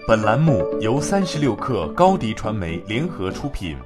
本栏目由36氪高迪传媒联合出品。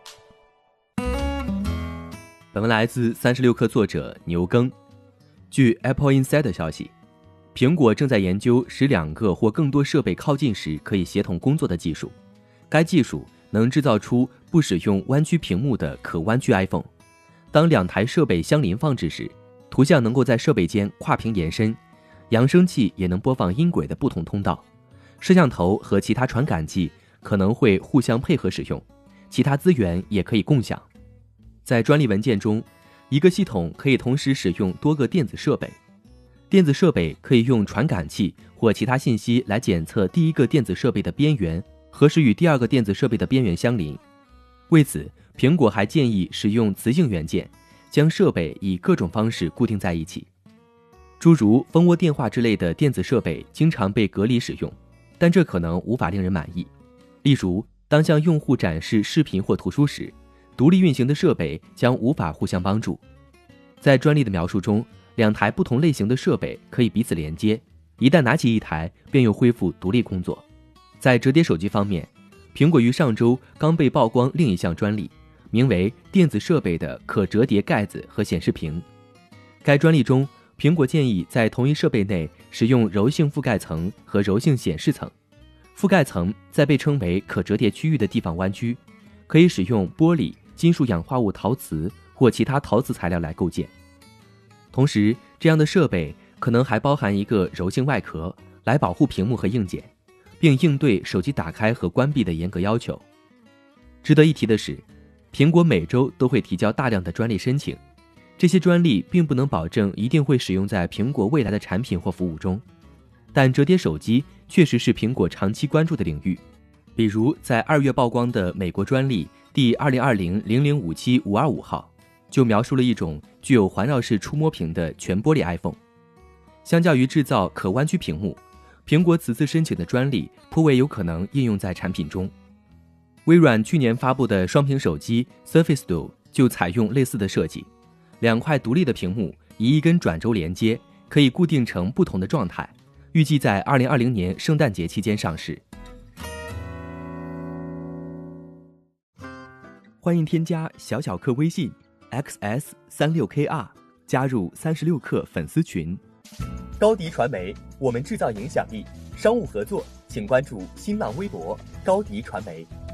本文来自36氪作者牛耕。据 Apple Insider 消息，苹果正在研究使2个或更多设备靠近时可以协同工作的技术。该技术能制造出不使用弯曲屏幕的可弯曲 iPhone。当2台设备相邻放置时，图像能够在设备间跨屏延伸，扬声器也能播放音轨的不同通道。摄像头和其他传感器可能会互相配合使用，其他资源也可以共享。在专利文件中，一个系统可以同时使用多个电子设备。电子设备可以用传感器或其他信息来检测第一个电子设备的边缘何时与第二个电子设备的边缘相邻。为此，苹果还建议使用磁性元件，将设备以各种方式固定在一起。诸如蜂窝电话之类的电子设备经常被隔离使用，但这可能无法令人满意。例如，当向用户展示视频或图书时，独立运行的设备将无法互相帮助。在专利的描述中，2台不同类型的设备可以彼此连接，一旦拿起一台，便又恢复独立工作。在折叠手机方面，苹果于上周刚被曝光另一项专利，名为电子设备的可折叠盖子和显示屏。该专利中，苹果建议在同一设备内使用柔性覆盖层和柔性显示层。覆盖层在被称为可折叠区域的地方弯曲，可以使用玻璃、金属氧化物陶瓷或其他陶瓷材料来构建。同时，这样的设备可能还包含一个柔性外壳，来保护屏幕和硬件，并应对手机打开和关闭的严格要求。值得一提的是，苹果每周都会提交大量的专利申请，这些专利并不能保证一定会使用在苹果未来的产品或服务中，但折叠手机确实是苹果长期关注的领域。比如在2月曝光的美国专利第2020-0057-525号就描述了一种具有环绕式触摸屏的全玻璃 iPhone。 相较于制造可弯曲屏幕，苹果此次申请的专利颇为有可能应用在产品中。微软去年发布的双屏手机 Surface Duo 就采用类似的设计，2块独立的屏幕以一根转轴连接，可以固定成不同的状态，预计在2020年圣诞节期间上市。欢迎添加小小客微信 XS36KR 加入36氪粉丝群。 高迪传媒，我们制造影响力。商务合作请关注新浪微博高迪传媒。